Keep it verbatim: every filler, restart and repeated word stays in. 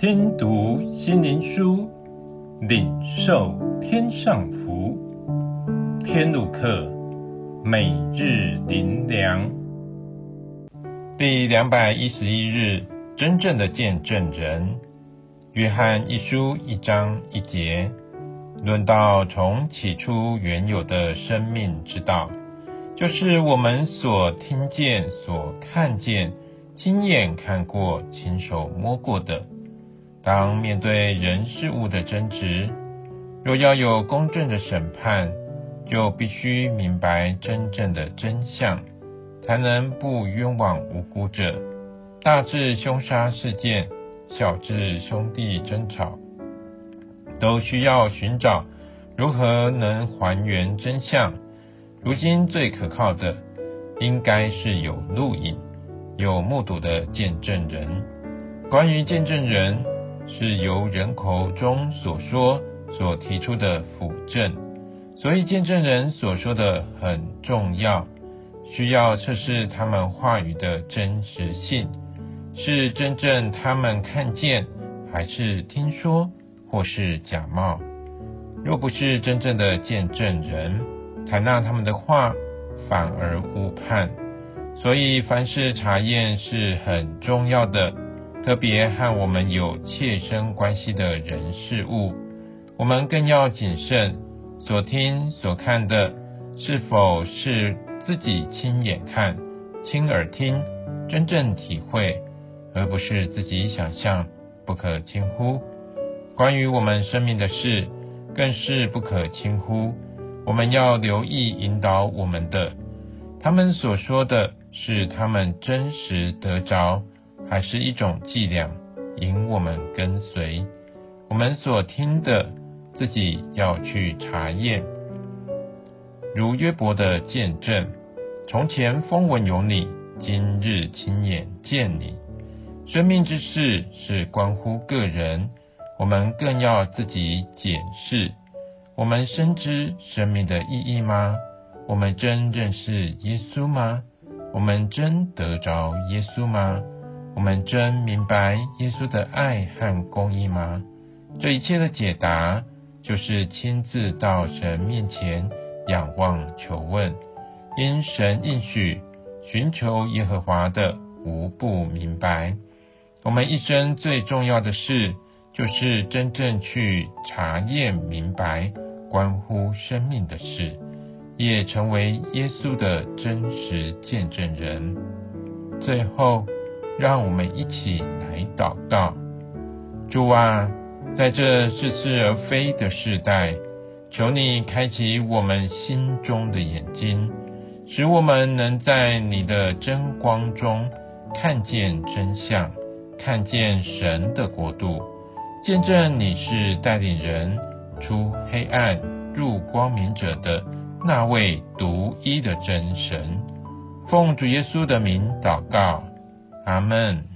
听读心灵书，领受天上福。天路客，每日灵粮。第两百一十一日，真正的见证人。约翰一书一章一节，论到从起初原有的生命之道，就是我们所听见、所看见、亲眼看过、亲手摸过的。当面对人事物的争执，若要有公正的审判，就必须明白真正的真相，才能不冤枉无辜者。大至凶杀事件，小至兄弟争吵，都需要寻找如何能还原真相。如今最可靠的，应该是有录影、有目睹的见证人。关于见证人，是由人口中所说所提出的辅证，所以见证人所说的很重要，需要测试他们话语的真实性，是真正他们看见，还是听说，或是假冒。若不是真正的见证人，采纳他们的话，反而误判。所以凡事查验是很重要的，特别和我们有切身关系的人事物，我们更要谨慎，所听所看的是否是自己亲眼看、亲耳听、真正体会，而不是自己想象，不可轻忽。关于我们生命的事，更是不可轻忽，我们要留意引导我们的，他们所说的是他们真实得着，还是一种伎俩，引我们跟随。我们所听的，自己要去查验。如约伯的见证，从前风闻有你，今日亲眼见你。生命之事是关乎个人，我们更要自己检视。我们深知生命的意义吗？我们真认识耶稣吗？我们真得着耶稣吗？我们真明白耶稣的爱和公义吗？这一切的解答，就是亲自到神面前仰望求问。因神应许，寻求耶和华的，无不明白。我们一生最重要的事，就是真正去查验明白关乎生命的事，也成为耶稣的真实见证人。最后，让我们一起来祷告。主啊，在这似是而非的世代，求你开启我们心中的眼睛，使我们能在你的真光中看见真相，看见神的国度，见证你是带领人出黑暗入光明者的那位独一的真神。奉主耶稣的名祷告，阿们。